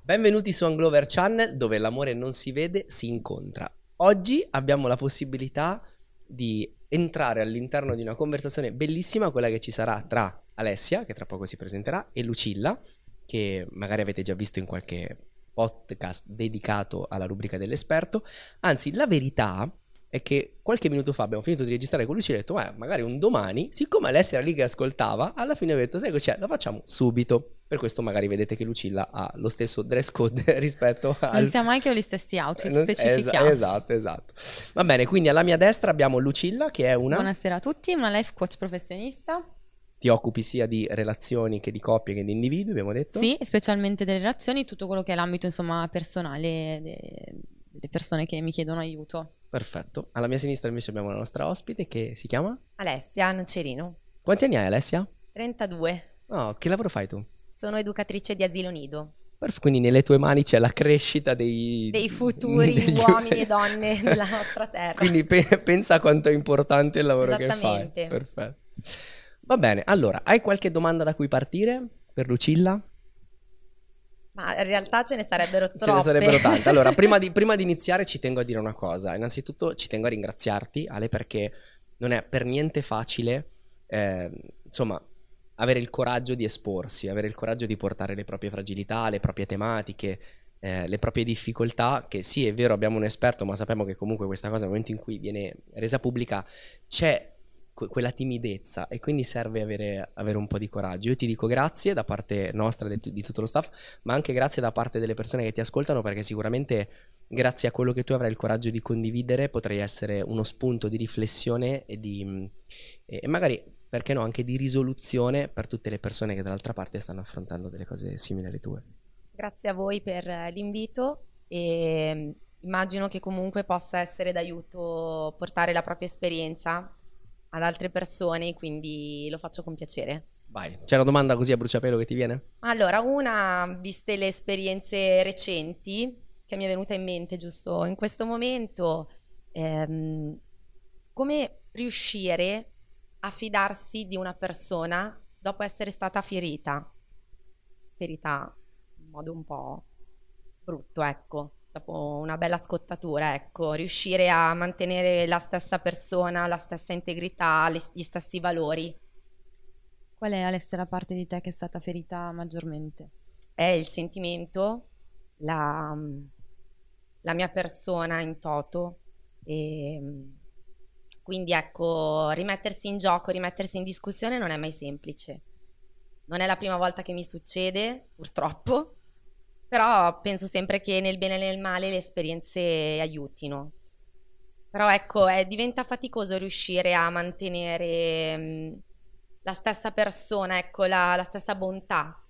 Benvenuti su Anglover Channel, dove l'amore non si vede, si incontra. Oggi abbiamo la possibilità di entrare all'interno di una conversazione bellissima, quella che ci sarà tra Alessia, che tra poco si presenterà, e Lucilla, che magari avete già visto in qualche podcast dedicato alla rubrica dell'esperto. Anzi, la verità è che qualche minuto fa abbiamo finito di registrare con Lucilla e ho detto, magari un domani, siccome Alessia era lì che ascoltava, alla fine ho detto, sai cos'è, lo facciamo subito. Per questo magari vedete che Lucilla ha lo stesso dress code rispetto al... Non siamo mai che ho gli stessi outfit, specifichiamo. Esatto. Va bene, quindi alla mia destra abbiamo Lucilla, che è una... Buonasera a tutti, una life coach professionista. Ti occupi sia di relazioni che di coppie che di individui, abbiamo detto? Sì, specialmente delle relazioni, tutto quello che è l'ambito, insomma, personale delle persone che mi chiedono aiuto. Perfetto. Alla mia sinistra invece abbiamo la nostra ospite che si chiama? Alessia Nocerino. Quanti anni hai, Alessia? 32. Oh, che lavoro fai tu? Sono educatrice di asilo nido. Quindi nelle tue mani c'è la crescita dei futuri degli uomini e donne della nostra terra. Quindi pensa quanto è importante il lavoro che fai. Esattamente. Perfetto. Va bene, allora, hai qualche domanda da cui partire per Lucilla? Ma in realtà ce ne sarebbero troppe. Ce ne sarebbero tante. Allora, prima di iniziare ci tengo a dire una cosa. Innanzitutto ci tengo a ringraziarti, Ale, perché non è per niente facile, insomma, avere il coraggio di esporsi, avere il coraggio di portare le proprie fragilità, le proprie tematiche, le proprie difficoltà, che sì, è vero, abbiamo un esperto, ma sappiamo che comunque questa cosa nel momento in cui viene resa pubblica c'è quella timidezza e quindi serve avere un po' di coraggio. Io ti dico grazie da parte nostra, di tutto lo staff, ma anche grazie da parte delle persone che ti ascoltano, perché sicuramente grazie a quello che tu avrai il coraggio di condividere potrai essere uno spunto di riflessione e magari, perché no, anche di risoluzione per tutte le persone che dall'altra parte stanno affrontando delle cose simili alle tue. Grazie a voi per l'invito e immagino che comunque possa essere d'aiuto portare la propria esperienza ad altre persone, quindi lo faccio con piacere. Vai, c'è una domanda così a bruciapelo che ti viene? Allora, viste le esperienze recenti che mi è venuta in mente giusto in questo momento, come riuscire a fidarsi di una persona dopo essere stata ferita in modo un po' brutto, ecco, dopo una bella scottatura, ecco, riuscire a mantenere la stessa persona, la stessa integrità, gli stessi valori. Qual è, Alessia, la parte di te che è stata ferita maggiormente? È il sentimento, la mia persona in toto e quindi ecco, rimettersi in gioco, rimettersi in discussione non è mai semplice. Non è la prima volta che mi succede, purtroppo, però penso sempre che nel bene e nel male le esperienze aiutino. Però ecco, diventa faticoso riuscire a mantenere la stessa persona, ecco, la stessa bontà,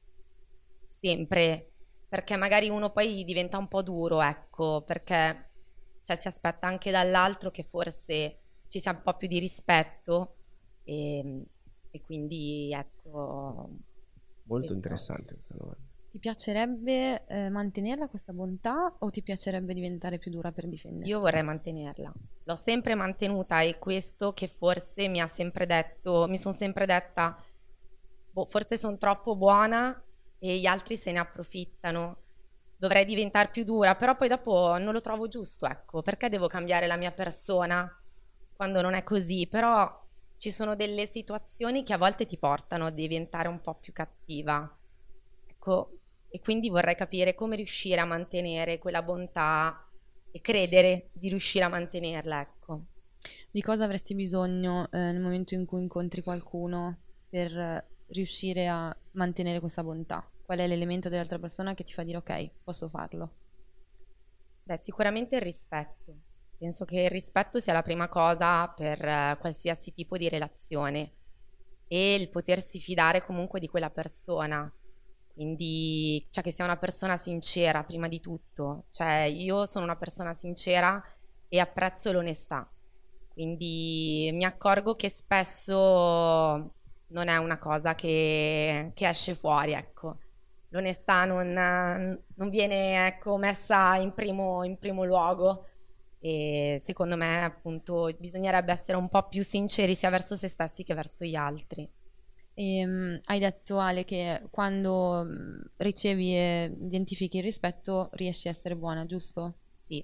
sempre, perché magari uno poi diventa un po' duro, ecco, perché si aspetta anche dall'altro che forse ci sia un po' più di rispetto e quindi ecco. Molto interessante questa domanda. Ti piacerebbe mantenerla questa bontà o ti piacerebbe diventare più dura per difenderti? Io vorrei mantenerla, l'ho sempre mantenuta e questo che forse mi sono sempre detta, forse sono troppo buona e gli altri se ne approfittano, dovrei diventare più dura, però poi dopo non lo trovo giusto, ecco, perché devo cambiare la mia persona quando non è così? Però ci sono delle situazioni che a volte ti portano a diventare un po' più cattiva, ecco, e quindi vorrei capire come riuscire a mantenere quella bontà e credere di riuscire a mantenerla, ecco. Di cosa avresti bisogno nel momento in cui incontri qualcuno per riuscire a mantenere questa bontà? Qual è l'elemento dell'altra persona che ti fa dire ok, posso farlo? Beh, sicuramente il rispetto. Penso che il rispetto sia la prima cosa per qualsiasi tipo di relazione e il potersi fidare comunque di quella persona. Quindi, cioè che sia una persona sincera prima di tutto. Cioè io sono una persona sincera e apprezzo l'onestà. Quindi mi accorgo che spesso non è una cosa che esce fuori, ecco. L'onestà non viene, ecco, messa in primo luogo e secondo me appunto bisognerebbe essere un po' più sinceri sia verso se stessi che verso gli altri. Hai detto, Ale, che quando ricevi e identifichi il rispetto riesci a essere buona, giusto? Sì.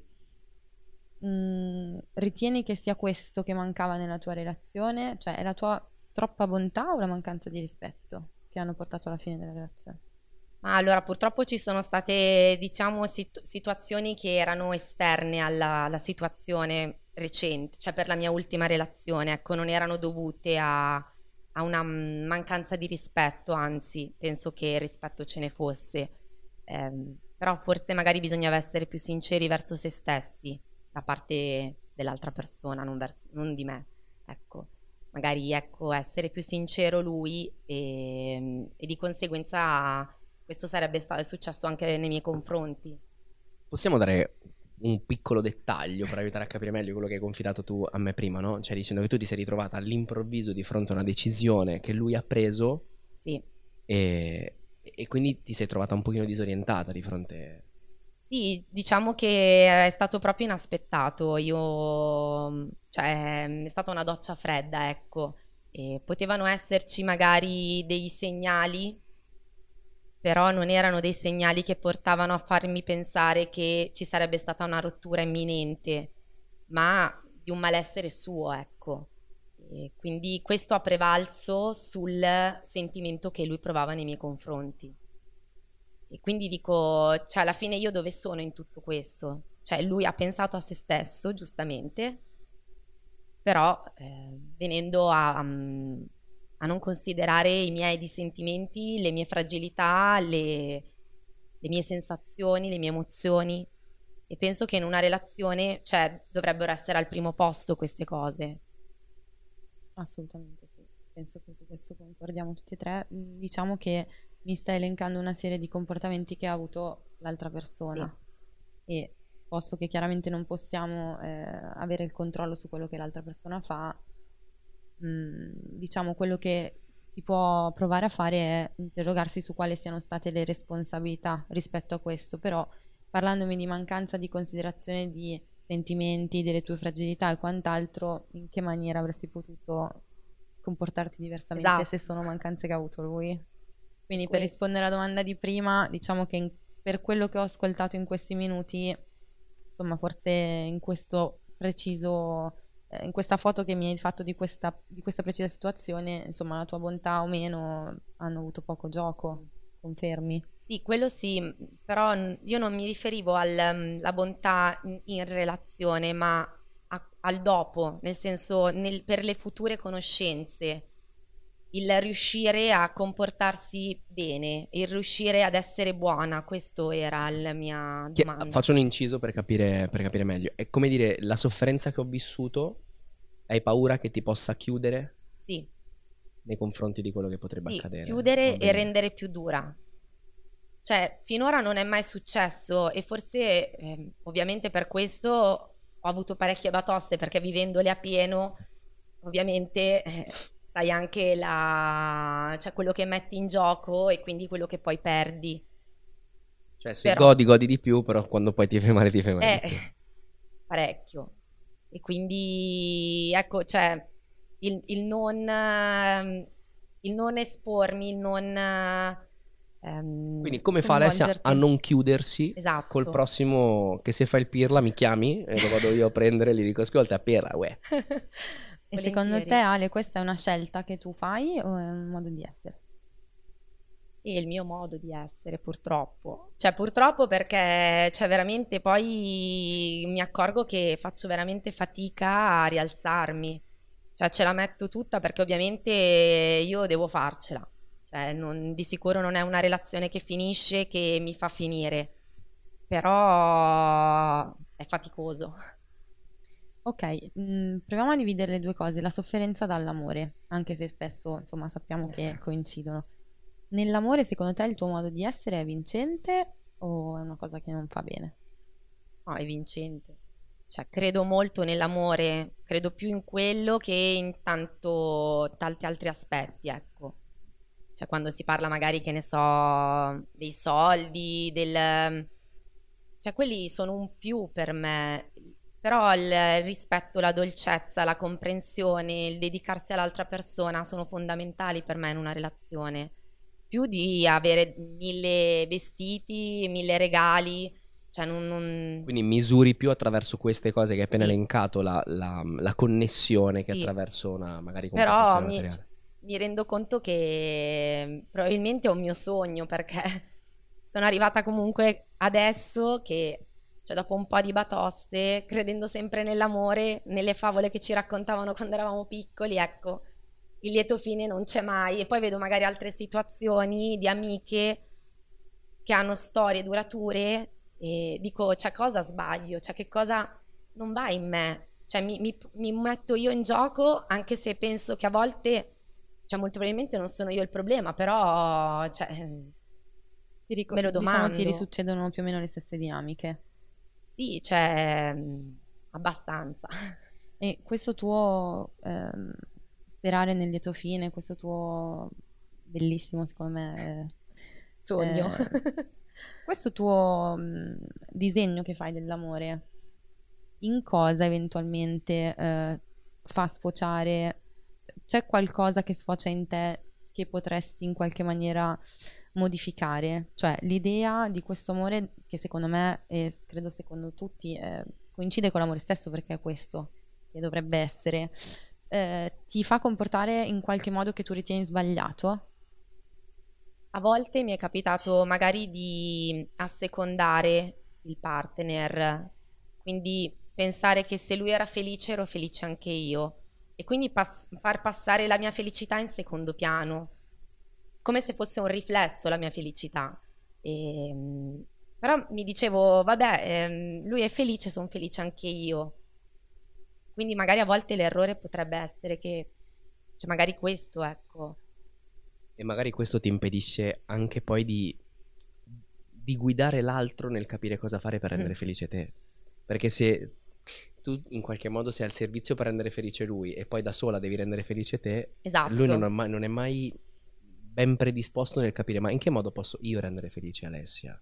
Ritieni che sia questo che mancava nella tua relazione? Cioè, è la tua troppa bontà o la mancanza di rispetto che hanno portato alla fine della relazione? Ma allora, purtroppo ci sono state, diciamo, situazioni che erano esterne alla situazione recente, cioè per la mia ultima relazione, ecco, non erano dovute a una mancanza di rispetto, anzi, penso che rispetto ce ne fosse. Però forse magari bisognava essere più sinceri verso se stessi, da parte dell'altra persona, non di me, ecco. Magari, ecco, essere più sincero lui e di conseguenza questo è successo anche nei miei confronti. Possiamo dare un piccolo dettaglio per aiutare a capire meglio quello che hai confidato tu a me prima, no? Cioè dicendo che tu ti sei ritrovata all'improvviso di fronte a una decisione che lui ha preso Sì. e quindi ti sei trovata un pochino disorientata di fronte... Sì, diciamo che è stato proprio inaspettato. Cioè, è stata una doccia fredda, ecco. E potevano esserci magari dei segnali, però non erano dei segnali che portavano a farmi pensare che ci sarebbe stata una rottura imminente, ma di un malessere suo, ecco. E quindi questo ha prevalso sul sentimento che lui provava nei miei confronti. E quindi dico, cioè alla fine io dove sono in tutto questo? Cioè lui ha pensato a se stesso, giustamente, però venendo a non considerare i miei sentimenti, le mie fragilità, le mie sensazioni, le mie emozioni. E penso che in una relazione, cioè, dovrebbero essere al primo posto queste cose. Assolutamente sì. Penso che su questo concordiamo tutti e tre. Diciamo che mi stai elencando una serie di comportamenti che ha avuto l'altra persona. Sì. E posto che chiaramente non possiamo avere il controllo su quello che l'altra persona fa, diciamo quello che si può provare a fare è interrogarsi su quali siano state le responsabilità rispetto a questo, però parlandomi di mancanza di considerazione di sentimenti, delle tue fragilità e quant'altro, in che maniera avresti potuto comportarti diversamente, esatto, se sono mancanze che ha avuto lui? Quindi per rispondere alla domanda di prima, diciamo che per quello che ho ascoltato in questi minuti, insomma forse in questo preciso, in questa foto che mi hai fatto di questa precisa situazione, insomma la tua bontà o meno hanno avuto poco gioco, confermi? Sì, quello sì, però io non mi riferivo alla bontà in relazione, ma al dopo, nel senso per le future conoscenze, il riuscire a comportarsi bene, il riuscire ad essere buona, questo era la mia domanda. Faccio un inciso per capire meglio. È come dire, la sofferenza che ho vissuto, hai paura che ti possa chiudere? Sì. Nei confronti di quello che potrebbe accadere? Chiudere e rendere più dura. Cioè, finora non è mai successo e forse, ovviamente per questo ho avuto parecchie batoste, perché vivendole a pieno, ovviamente sai anche cioè quello che metti in gioco e quindi quello che poi perdi. Cioè, se godi di più, però quando poi ti fai male di più. Parecchio. E quindi, ecco, cioè, il non espormi, il non... Quindi come fa Alessia a non chiudersi? Esatto. Col prossimo che se fa il pirla mi chiami e lo vado io a prendere e gli dico ascolta pirla, uè. E secondo te, Ale, questa è una scelta che tu fai o è un modo di essere? È il mio modo di essere, purtroppo. Cioè, purtroppo perché cioè, veramente poi mi accorgo che faccio veramente fatica a rialzarmi. Cioè, ce la metto tutta perché ovviamente io devo farcela. Cioè, di sicuro non è una relazione che finisce, che mi fa finire. Però è faticoso. Ok, proviamo a dividere le due cose, la sofferenza dall'amore, anche se spesso, insomma, sappiamo che coincidono. Nell'amore, secondo te, il tuo modo di essere è vincente o è una cosa che non fa bene? No, è vincente. Cioè, credo molto nell'amore, credo più in quello che in tanti altri aspetti, ecco. Cioè, quando si parla magari, che ne so, dei soldi, cioè, quelli sono un più per me. però il rispetto, la dolcezza, la comprensione, il dedicarsi all'altra persona sono fondamentali per me in una relazione, più di avere 1000 vestiti, 1000 regali, cioè Quindi misuri più attraverso queste cose che hai appena Sì. elencato la connessione che Sì. attraverso una magari Però composizione materiale. mi rendo conto che probabilmente è un mio sogno, perché sono arrivata comunque adesso che, cioè dopo un po' di batoste, credendo sempre nell'amore, nelle favole che ci raccontavano quando eravamo piccoli, ecco, il lieto fine non c'è mai. E poi vedo magari altre situazioni di amiche che hanno storie durature e dico, cioè cosa sbaglio? Cioè che cosa non va in me? Cioè mi metto io in gioco, anche se penso che a volte, cioè molto probabilmente non sono io il problema, però cioè, me lo domando. Diciamo ti risuccedono più o meno le stesse dinamiche. Sì, cioè abbastanza. E questo tuo sperare nel lieto fine, questo tuo bellissimo secondo me Sogno. questo tuo disegno che fai dell'amore, in cosa eventualmente fa sfociare? C'è qualcosa che sfocia in te che potresti in qualche maniera modificare? Cioè l'idea di questo amore che secondo me e credo secondo tutti coincide con l'amore stesso, perché è questo che dovrebbe essere, ti fa comportare in qualche modo che tu ritieni sbagliato? A volte mi è capitato magari di assecondare il partner, quindi pensare che se lui era felice ero felice anche io, e quindi far passare la mia felicità in secondo piano, come se fosse un riflesso la mia felicità. Però mi dicevo, vabbè, lui è felice, sono felice anche io. Quindi magari a volte l'errore potrebbe essere che, cioè magari questo, ecco. E magari questo ti impedisce anche poi di guidare l'altro nel capire cosa fare per rendere felice te. Perché se tu in qualche modo sei al servizio per rendere felice lui e poi da sola devi rendere felice te, Esatto. lui non è mai ben predisposto nel capire ma in che modo posso io rendere felice Alessia?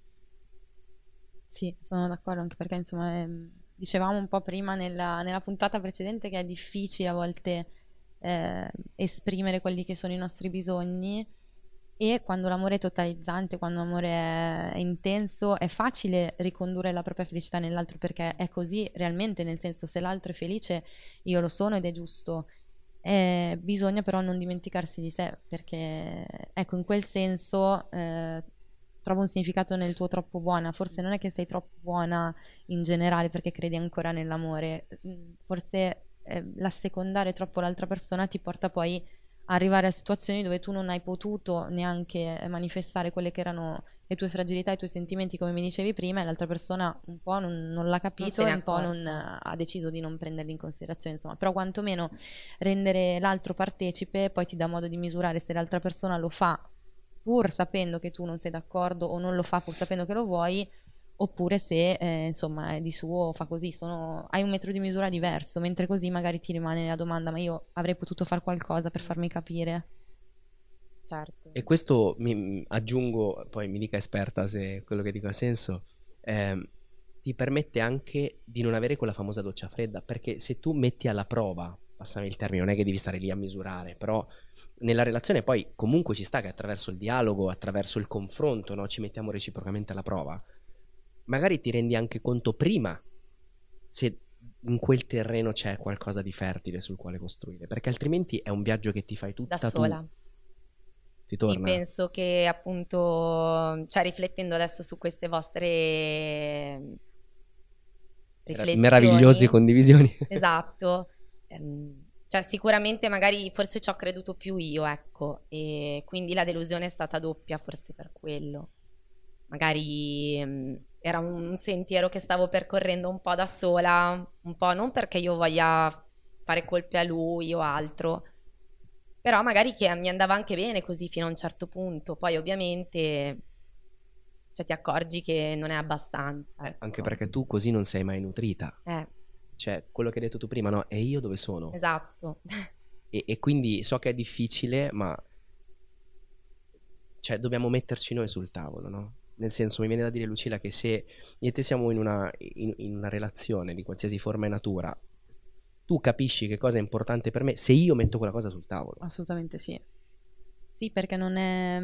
Sì, sono d'accordo, anche perché insomma dicevamo un po' prima nella puntata precedente che è difficile a volte esprimere quelli che sono i nostri bisogni, e quando l'amore è totalizzante, quando l'amore è intenso, è facile ricondurre la propria felicità nell'altro, perché è così realmente, nel senso, se l'altro è felice io lo sono ed è giusto. Bisogna però non dimenticarsi di sé, perché ecco, in quel senso trovo un significato nel tuo troppo buona. Forse non è che sei troppo buona in generale perché credi ancora nell'amore, forse l'assecondare troppo l'altra persona ti porta poi a arrivare a situazioni dove tu non hai potuto neanche manifestare quelle che erano le tue fragilità, i tuoi sentimenti, come mi dicevi prima, e l'altra persona un po' non l'ha capito e un po' ha deciso di non prenderli in considerazione, insomma. Però quantomeno rendere l'altro partecipe poi ti dà modo di misurare se l'altra persona lo fa pur sapendo che tu non sei d'accordo, o non lo fa pur sapendo che lo vuoi, oppure se insomma è di suo, fa così. Hai un metro di misura diverso, mentre così magari ti rimane la domanda: ma io avrei potuto fare qualcosa per farmi capire? Certo. E questo mi aggiungo, poi mi dica esperta se quello che dico ha senso, ti permette anche di non avere quella famosa doccia fredda, perché se tu metti alla prova, passami il termine, non è che devi stare lì a misurare, però nella relazione poi comunque ci sta che attraverso il dialogo, attraverso il confronto, no, ci mettiamo reciprocamente alla prova. Magari ti rendi anche conto prima se in quel terreno c'è qualcosa di fertile sul quale costruire, perché altrimenti è un viaggio che ti fai tutta da sola. tu. Ti torna. Sì, penso che appunto, cioè riflettendo adesso su queste vostre riflessioni, meravigliose condivisioni. Esatto. Cioè sicuramente magari forse ci ho creduto più io, ecco, e quindi la delusione è stata doppia, forse per quello. Magari era un sentiero che stavo percorrendo un po' da sola, un po' non perché io voglia fare colpe a lui o altro, però magari che mi andava anche bene così fino a un certo punto. Poi ovviamente cioè, ti accorgi che non è abbastanza, ecco. Anche perché tu così non sei mai nutrita. Cioè, quello che hai detto tu prima, no? E io dove sono? Esatto. E quindi so che è difficile, ma cioè, dobbiamo metterci noi sul tavolo, no? nel senso, mi viene da dire, Lucilla, che se io e te siamo in una relazione di qualsiasi forma e natura, tu capisci che cosa è importante per me se io metto quella cosa sul tavolo. Assolutamente sì. Sì, perché non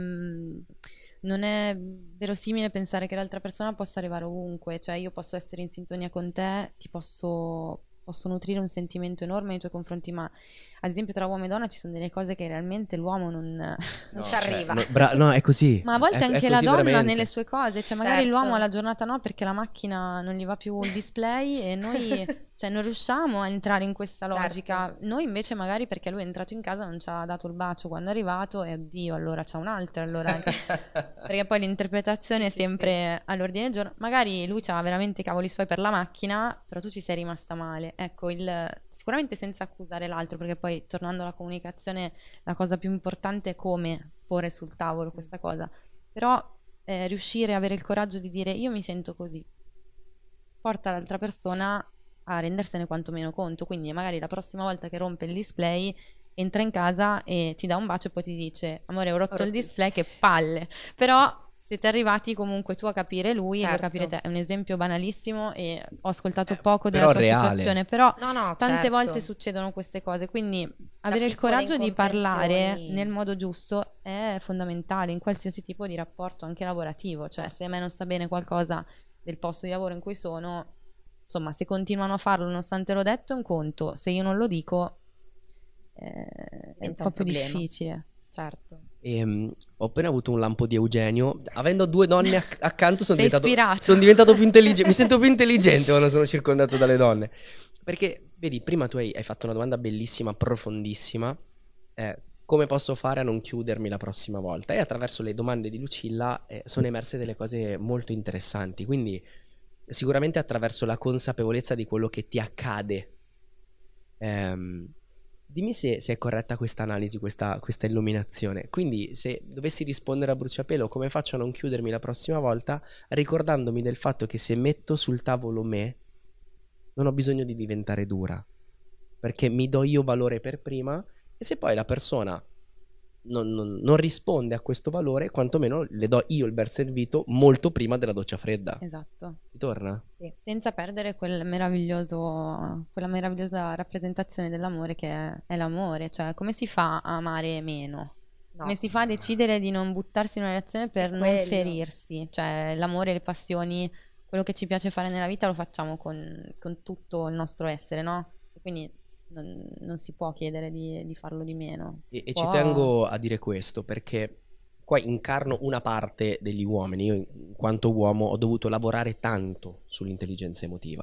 è verosimile pensare che l'altra persona possa arrivare ovunque. Cioè io posso essere in sintonia con te, ti posso nutrire un sentimento enorme nei tuoi confronti, ma ad esempio tra uomo e donna ci sono delle cose che realmente l'uomo non ci arriva. No, è così. Ma a volte È anche così la donna veramente. nelle sue cose, cioè magari Certo. l'uomo alla giornata no perché la macchina non gli va più il display e noi cioè, non riusciamo a entrare in questa Certo. logica. Noi invece magari perché lui è entrato in casa non ci ha dato il bacio quando è arrivato e oddio allora c'è un'altra, allora perché poi l'interpretazione è sempre all'ordine del giorno. Magari lui c'ha veramente i cavoli suoi per la macchina, però tu ci sei rimasta male. Ecco, sicuramente senza accusare l'altro, perché poi tornando alla comunicazione la cosa più importante è come porre sul tavolo questa cosa, però riuscire a avere il coraggio di dire io mi sento così porta l'altra persona a rendersene quantomeno conto, quindi magari la prossima volta che rompe il display entra in casa e ti dà un bacio e poi ti dice amore ho rotto il display, che palle, però siete arrivati comunque tu a capire lui e lui a capire te. È un esempio banalissimo e ho ascoltato poco della tua reale. situazione, però No, tante certo. volte succedono queste cose, quindi avere il piccole coraggio di parlare incomprensioni. nel modo giusto è fondamentale in qualsiasi tipo di rapporto, anche lavorativo. Cioè se a me non sta bene qualcosa del posto di lavoro in cui sono, insomma se continuano a farlo nonostante l'ho detto è un conto, se io non lo dico è un po' più problema. difficile. Certo. Ho appena avuto un lampo di Eugenio. Avendo due donne accanto sono Sei diventato, ispirato. più intelligente. Mi sento più intelligente quando sono circondato dalle donne. Perché, vedi, prima tu hai fatto una domanda bellissima, profondissima. Come posso fare a non chiudermi la prossima volta? E attraverso le domande di Lucilla sono emerse delle cose molto interessanti. Quindi sicuramente attraverso la consapevolezza di quello che ti accade. Dimmi se è corretta questa analisi, questa illuminazione. Quindi se dovessi rispondere a bruciapelo, come faccio a non chiudermi la prossima volta? Ricordandomi del fatto che se metto sul tavolo me, non ho bisogno di diventare dura, perché mi do io valore per prima, e se poi la persona non risponde a questo valore, quantomeno le do io il bel servito molto prima della doccia fredda. Esatto. Ti torna? Sì, senza perdere quella meravigliosa rappresentazione dell'amore che è l'amore, cioè come si fa a amare meno? No. Come si fa a decidere di non buttarsi in una relazione per non quello. ferirsi? Cioè l'amore, le passioni, quello che ci piace fare nella vita lo facciamo con tutto il nostro essere, no? E quindi non si può chiedere di farlo di meno. E ci tengo a dire questo perché qua incarno una parte degli uomini. Io in quanto uomo ho dovuto lavorare tanto sull'intelligenza emotiva.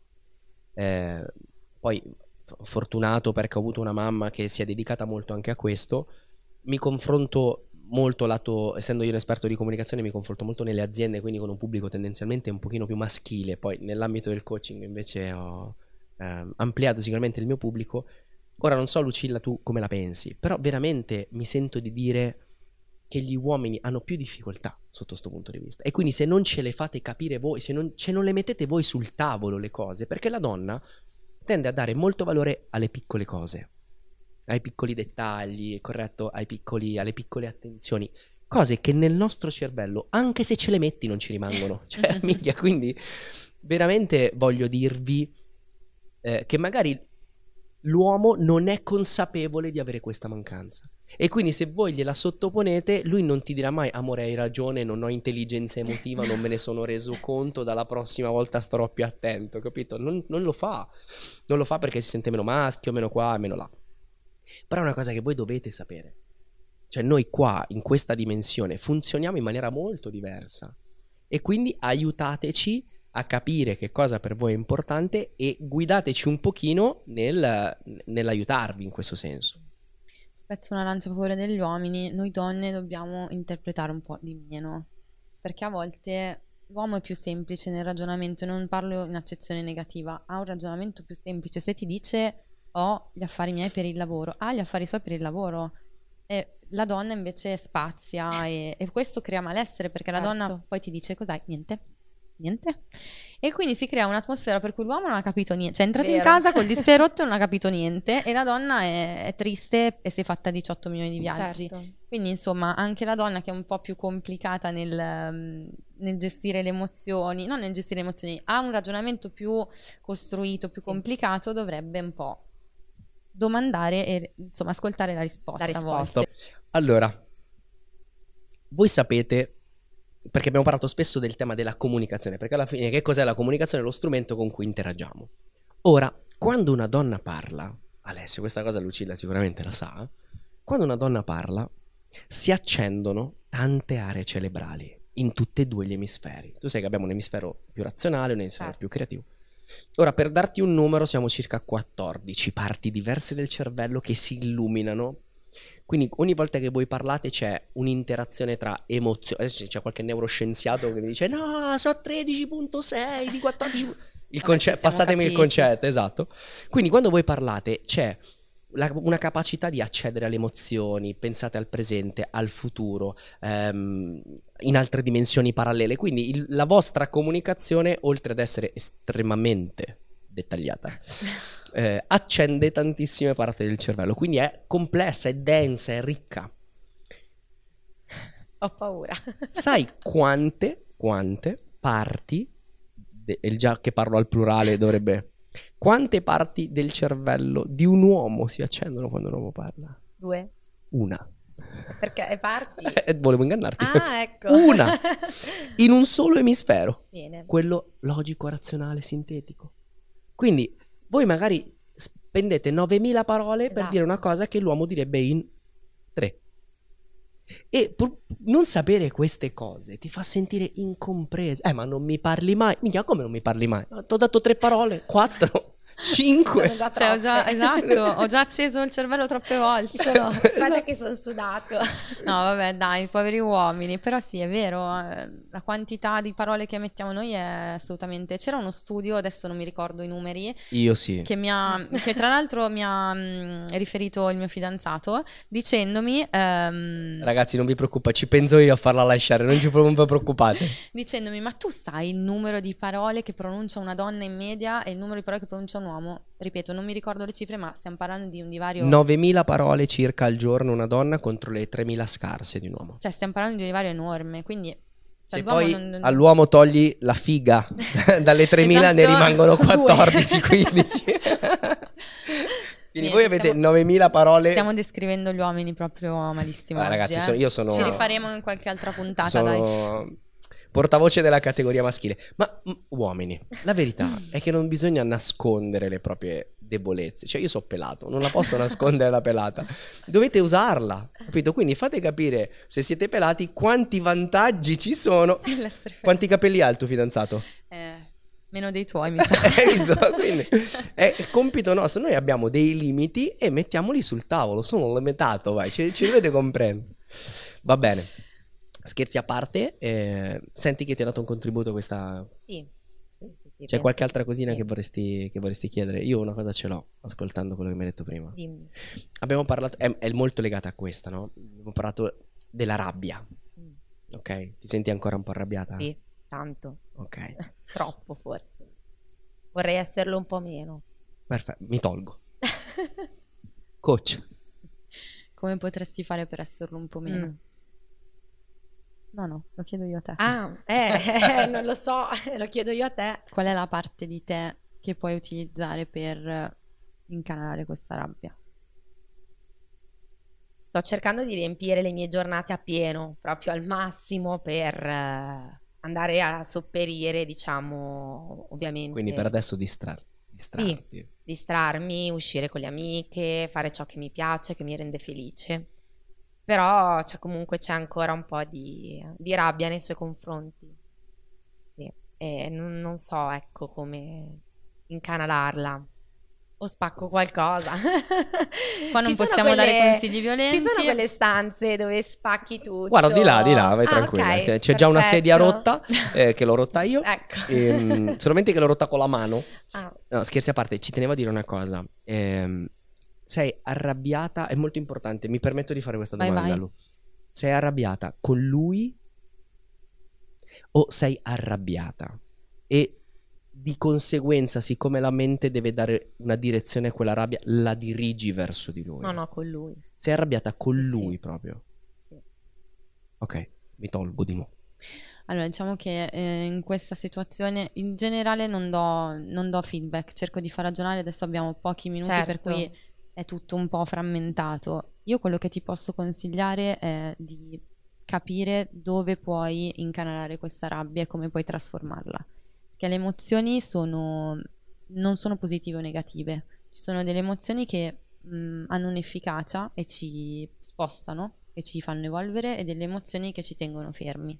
Poi fortunato perché ho avuto una mamma che si è dedicata molto anche a questo. Mi confronto molto essendo io un esperto di comunicazione, mi confronto molto nelle aziende, quindi con un pubblico tendenzialmente un pochino più maschile. Poi nell'ambito del coaching invece ho ampliato sicuramente il mio pubblico. Ora non so Lucilla tu come la pensi, però veramente mi sento di dire che gli uomini hanno più difficoltà sotto questo punto di vista, e quindi se non ce le fate capire voi, se non le mettete voi sul tavolo le cose, perché la donna tende a dare molto valore alle piccole cose, ai piccoli dettagli, corretto, alle piccole attenzioni, cose che nel nostro cervello anche se ce le metti non ci rimangono, cioè minchia. Quindi veramente voglio dirvi che magari l'uomo non è consapevole di avere questa mancanza, e quindi se voi gliela sottoponete, lui non ti dirà mai amore hai ragione, non ho intelligenza emotiva, non me ne sono reso conto, dalla prossima volta starò più attento, capito? Non lo fa perché si sente meno maschio, meno qua, meno là. Però è una cosa che voi dovete sapere, cioè noi qua in questa dimensione funzioniamo in maniera molto diversa, e quindi aiutateci a capire che cosa per voi è importante e guidateci un pochino nell'aiutarvi in questo senso. Spezzo una lancia a favore degli uomini. Noi donne dobbiamo interpretare un po' di meno, perché a volte l'uomo è più semplice nel ragionamento, e non parlo in accezione negativa, ha un ragionamento più semplice. Se ti dice ho gli affari miei per il lavoro, ha gli affari suoi per il lavoro, e la donna invece spazia e questo crea malessere, perché Certo. la donna poi ti dice cos'hai? Niente. niente. E quindi si crea un'atmosfera per cui l'uomo non ha capito niente, cioè è entrato in Vero. casa col display rotto e non ha capito niente, e la donna è triste e si è fatta 18 milioni di viaggi. Certo. Quindi insomma anche la donna, che è un po' più complicata nel gestire le emozioni, non nel gestire le emozioni, ha un ragionamento più costruito, più complicato, dovrebbe un po' domandare e insomma ascoltare la risposta. La a risposta. volte. Allora, voi sapete, perché abbiamo parlato spesso del tema della comunicazione, perché alla fine che cos'è la comunicazione? Lo strumento con cui interagiamo. Ora, quando una donna parla, Alessio, questa cosa Lucilla sicuramente la sa, quando una donna parla si accendono tante aree cerebrali in tutti e due gli emisferi. Tu sai che abbiamo un emisfero più razionale e un emisfero Certo. più creativo. Ora, per darti un numero, siamo circa 14 parti diverse del cervello che si illuminano. Quindi ogni volta che voi parlate c'è un'interazione tra emozioni. Adesso c'è qualche neuroscienziato che mi dice no, so 13.6 di 14. Passatemi il concetto, esatto. Quindi quando voi parlate c'è una capacità di accedere alle emozioni, pensate al presente, al futuro, in altre dimensioni parallele. Quindi la vostra comunicazione, oltre ad essere estremamente dettagliata, accende tantissime parti del cervello. Quindi è complessa, è densa, è ricca. Ho paura. Sai quante parti, già che parlo al plurale dovrebbe... Quante parti del cervello di un uomo si accendono quando un uomo parla? 2. Una. Perché parti? Volevo ingannarti. Ah, ecco. Una. In un solo emisfero. Bene. Quello logico, razionale, sintetico. Quindi voi magari spendete 9.000 parole per Esatto. dire una cosa che l'uomo direbbe in 3. E non sapere queste cose ti fa sentire incompreso. Ma non mi parli mai. Minchia, come non mi parli mai? Ti ho dato 3 parole, 4, 5. Sono già Cioè, troppe. ho già acceso il cervello troppe volte. Aspetta che sono sudato. No, vabbè, dai, poveri uomini. Però sì, è vero, la quantità di parole che mettiamo noi è assolutamente... C'era uno studio, adesso non mi ricordo i numeri, Io sì. che tra l'altro mi ha riferito il mio fidanzato, dicendomi... Ragazzi, non vi preoccupate, ci penso io a farla lasciare, non vi preoccupate. dicendomi, ma tu sai il numero di parole che pronuncia una donna in media e il numero di parole che pronuncia un uomo? Ripeto, non mi ricordo le cifre, ma stiamo parlando di un divario... 9.000 parole circa al giorno una donna contro le 3.000 scarse di un uomo. Cioè, stiamo parlando di un divario enorme, quindi... Se l'uomo poi all'uomo togli la figa, dalle 3.000 ne Esatto. rimangono 14, 15. Quindi voi avete 9.000 parole. Stiamo descrivendo gli uomini proprio malissimo oggi, ragazzi, io sono... Ci rifaremo in qualche altra puntata, dai. Sono portavoce della categoria maschile. Ma uomini, la verità è che non bisogna nascondere le proprie debolezze. Cioè io so pelato, non la posso nascondere la pelata. Dovete usarla, capito? Quindi fate capire, se siete pelati, quanti vantaggi ci sono. Quanti capelli ha il tuo fidanzato? Meno dei tuoi, mi sa. Hai visto? Quindi è compito nostro. Noi abbiamo dei limiti e mettiamoli sul tavolo. Sono limitato, vai, ci dovete comprendere. Va bene. Scherzi a parte, senti che ti ha dato un contributo questa... Sì. C'è qualche altra cosina sì. che vorresti chiedere? Io una cosa ce l'ho, ascoltando quello che mi hai detto prima. Dimmi. Abbiamo parlato, è molto legata a questa, no? Abbiamo parlato della rabbia. Ok? Ti senti ancora un po' arrabbiata? Sì, tanto. Ok. Troppo forse. Vorrei esserlo un po' meno. Perfetto, mi tolgo. Coach. Come potresti fare per esserlo un po' meno? No, lo chiedo io a te. Ah, non lo so, lo chiedo io a te. Qual è la parte di te che puoi utilizzare per incanalare questa rabbia? Sto cercando di riempire le mie giornate a pieno, proprio al massimo, per andare a sopperire, diciamo, ovviamente. Quindi per adesso distrarti. Sì, distrarmi, uscire con le amiche, fare ciò che mi piace, che mi rende felice. Però c'è ancora un po' di rabbia nei suoi confronti. Sì, e non so, ecco, come incanalarla. O spacco qualcosa. Qua non possiamo dare consigli violenti. Ci sono quelle stanze dove spacchi tutto. Guarda, di là, vai tranquilla. Okay, c'è già una sedia perfetto. rotta che l'ho rotta io. Ecco. Solamente che l'ho rotta con la mano. Ah. No, scherzi a parte, ci tenevo a dire una cosa. Sei arrabbiata? È molto importante. Mi permetto di fare questa domanda, Vai. Lu. Sei arrabbiata con lui o sei arrabbiata e di conseguenza, siccome la mente deve dare una direzione a quella rabbia, la dirigi verso di lui. No, con lui. Sei arrabbiata con Sì, lui sì. proprio. Sì. Ok, mi tolgo di nuovo. Allora, diciamo che in questa situazione in generale non do feedback, cerco di far ragionare, adesso abbiamo pochi minuti per Certo. cui è tutto un po' frammentato. Io quello che ti posso consigliare è di capire dove puoi incanalare questa rabbia e come puoi trasformarla. Perché le emozioni non sono positive o negative, ci sono delle emozioni che hanno un'efficacia e ci spostano e ci fanno evolvere, e delle emozioni che ci tengono fermi.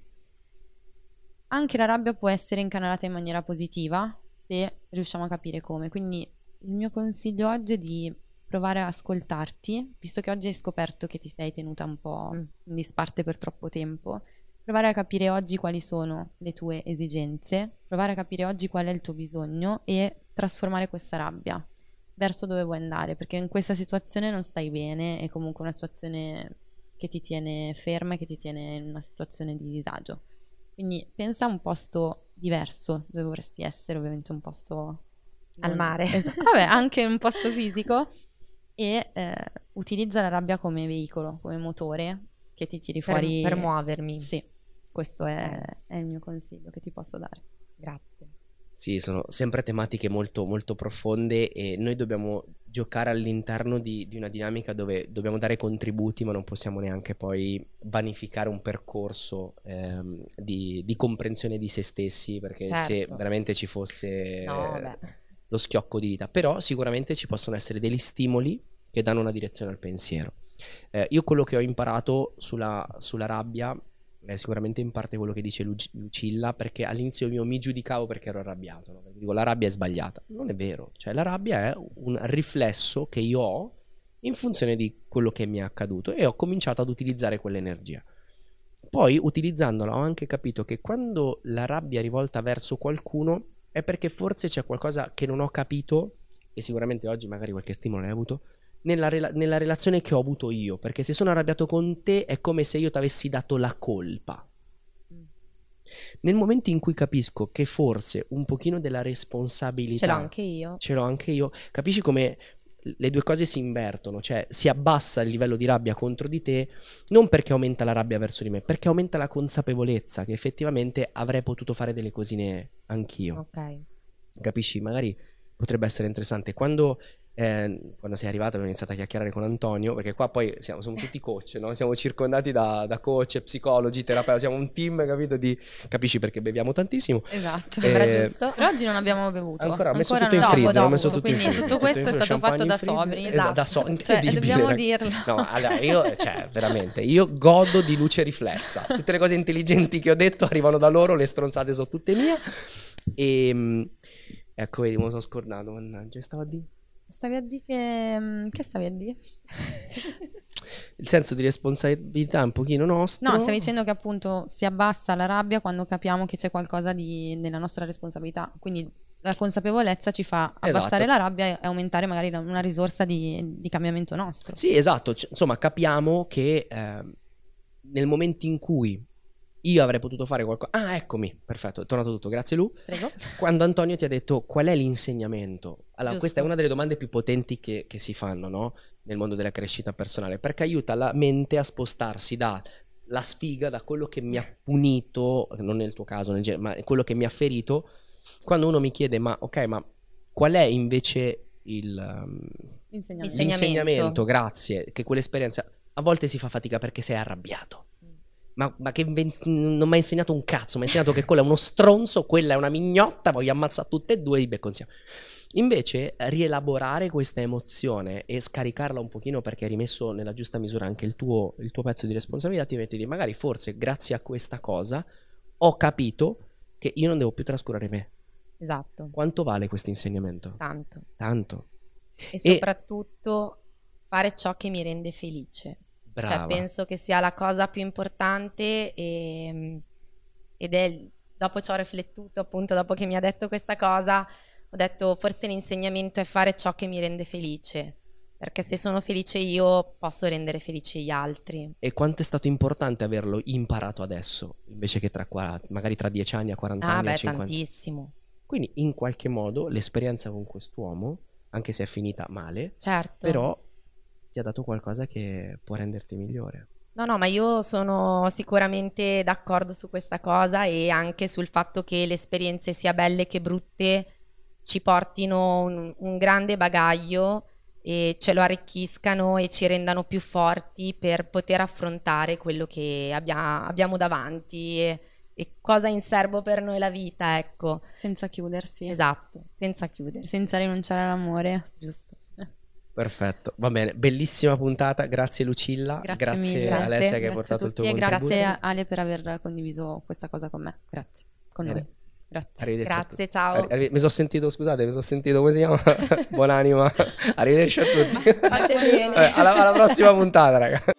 Anche la rabbia può essere incanalata in maniera positiva se riusciamo a capire come. Quindi il mio consiglio oggi è di provare a ascoltarti, visto che oggi hai scoperto che ti sei tenuta un po' in disparte per troppo tempo. Provare a capire oggi quali sono le tue esigenze, provare a capire oggi qual è il tuo bisogno e trasformare questa rabbia verso dove vuoi andare, perché in questa situazione non stai bene, è comunque una situazione che ti tiene ferma e che ti tiene in una situazione di disagio. Quindi pensa a un posto diverso dove vorresti essere, ovviamente un posto Al mare. Esatto. Vabbè, anche un posto fisico, e utilizza la rabbia come veicolo, come motore che ti tiri fuori Per muovermi. Sì, questo è il mio consiglio che ti posso dare. Grazie. Sì, sono sempre tematiche molto, molto profonde e noi dobbiamo giocare all'interno di una dinamica dove dobbiamo dare contributi, ma non possiamo neanche poi vanificare un percorso di comprensione di se stessi, perché se Certo. veramente ci fosse No, lo schiocco di dita, però sicuramente ci possono essere degli stimoli che danno una direzione al pensiero. Io quello che ho imparato sulla rabbia è sicuramente in parte quello che dice Lucilla, perché all'inizio io mi giudicavo perché ero arrabbiato, no? Perché dico la rabbia è sbagliata. Non è vero, cioè la rabbia è un riflesso che io ho in funzione di quello che mi è accaduto e ho cominciato ad utilizzare quell'energia. Poi utilizzandola ho anche capito che quando la rabbia è rivolta verso qualcuno è perché forse c'è qualcosa che non ho capito, e sicuramente oggi magari qualche stimolo l'hai avuto, nella relazione che ho avuto io, perché se sono arrabbiato con te è come se io ti avessi dato la colpa. Nel momento in cui capisco che forse un pochino della responsabilità ce l'ho anche io, capisci come le due cose si invertono, cioè si abbassa il livello di rabbia contro di te, non perché aumenta la rabbia verso di me, perché aumenta la consapevolezza che effettivamente avrei potuto fare delle cosine anch'io. Ok. Capisci? Magari potrebbe essere interessante quando sei arrivata abbiamo iniziato a chiacchierare con Antonio, perché qua poi siamo tutti coach, no? Siamo circondati da coach, psicologi, terapeuti, siamo un team, capito? Capisci perché beviamo tantissimo. Esatto. Sembra giusto. Però oggi non abbiamo bevuto. Ancora ho messo Ancora tutto in non freezer, dopo, ho messo tutto in quindi freezer, tutto questo è stato champagne fatto da in freezer. sobri. Esatto, da Cioè, incredibile, dobbiamo ragazzi. dirlo. No, allora io, cioè, veramente, io godo di luce riflessa. Tutte le cose intelligenti che ho detto arrivano da loro, le stronzate sono tutte mie. E ecco, vedi, me lo sono scordato, mannaggia, stavo a dire. Stavi a dire che stavi a dire? Il senso di responsabilità un pochino nostro. No, stavi dicendo che appunto si abbassa la rabbia quando capiamo che c'è qualcosa nella nostra responsabilità. Quindi la consapevolezza ci fa abbassare Esatto. la rabbia e aumentare magari una risorsa di cambiamento nostro. Sì, esatto. Insomma, capiamo che nel momento in cui io avrei potuto fare qualcosa. Ah, eccomi, perfetto, è tornato tutto, grazie Lu. Prego. Quando Antonio ti ha detto qual è l'insegnamento? Allora, Giusto. questa è una delle domande più potenti che si fanno, no? Nel mondo della crescita personale, perché aiuta la mente a spostarsi dalla sfiga, da quello che mi ha punito, non nel tuo caso, ma quello che mi ha ferito. Quando uno mi chiede, ma qual è invece l'insegnamento? Grazie, che quell'esperienza a volte si fa fatica perché sei arrabbiato. Ma che non mi ha insegnato un cazzo, mi ha insegnato che quello è uno stronzo, quella è una mignotta, voglio ammazzare tutte e due e becco insieme. Invece rielaborare questa emozione e scaricarla un pochino, perché hai rimesso nella giusta misura anche il tuo pezzo di responsabilità, ti metti di magari forse grazie a questa cosa ho capito che io non devo più trascurare me. Esatto. Quanto vale questo insegnamento? Tanto. E soprattutto fare ciò che mi rende felice. Brava. Cioè penso che sia la cosa più importante ed è, dopo ci ho riflettuto, appunto dopo che mi ha detto questa cosa, ho detto forse l'insegnamento è fare ciò che mi rende felice, perché se sono felice io posso rendere felici gli altri. E quanto è stato importante averlo imparato adesso, invece che magari tra 10 anni, a 40 anni, a 50? Tantissimo. Quindi in qualche modo l'esperienza con quest'uomo, anche se è finita male, Certo. però ti ha dato qualcosa che può renderti migliore. No, ma io sono sicuramente d'accordo su questa cosa e anche sul fatto che le esperienze, sia belle che brutte, ci portino un grande bagaglio e ce lo arricchiscano e ci rendano più forti per poter affrontare quello che abbiamo davanti e cosa è in serbo per noi la vita, ecco. Senza chiudersi. Esatto, senza chiudersi. Senza rinunciare all'amore. Giusto. Perfetto, va bene, bellissima puntata, grazie Lucilla, Grazie mille. Alessia che Grazie hai portato a il tuo tutti e contributo. grazie Ale per aver condiviso questa cosa con me. Grazie. Con Bene. noi. Grazie. Arrivederci a Grazie, tutti. ciao. Mi sono sentito, scusate, come si chiama? Buonanima. Arrivederci a tutti. Pace bene. Alla prossima puntata, ragazzi.